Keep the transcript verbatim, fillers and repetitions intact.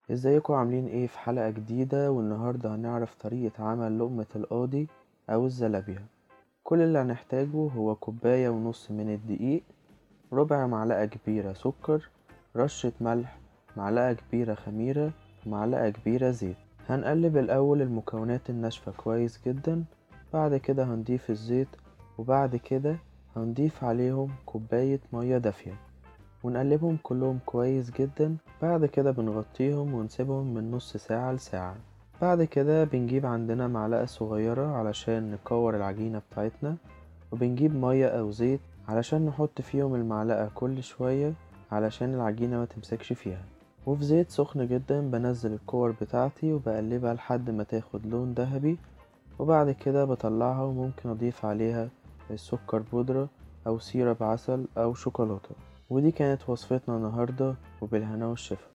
ازيكم عاملين ايه في حلقة جديدة؟ والنهاردة هنعرف طريقة عمل لقمة القاضي او الزلابية. كل اللي هنحتاجه هو كوباية ونص من الدقيق، ربع معلقة كبيرة سكر، رشة ملح، معلقة كبيرة خميرة، ومعلقة كبيرة زيت. هنقلب الأول المكونات الناشفة كويس جدا، بعد كده هنضيف الزيت، وبعد كده هنضيف عليهم كوباية مية دافية ونقلبهم كلهم كويس جدا. بعد كده بنغطيهم ونسيبهم من نص ساعة لساعة. بعد كده بنجيب عندنا معلقة صغيرة علشان نكور العجينة بتاعتنا، وبنجيب مية أو زيت علشان نحط فيهم المعلقة كل شوية علشان العجينة ما تمسكش فيها. وفي زيت سخن جدا بنزل الكور بتاعتي وبقلبها لحد ما تاخد لون ذهبي، وبعد كده بطلعها وممكن أضيف عليها السكر بودرة أو سيرب عسل أو شوكولاتة. ودي كانت وصفتنا النهاردة، وبالهنا والشفا.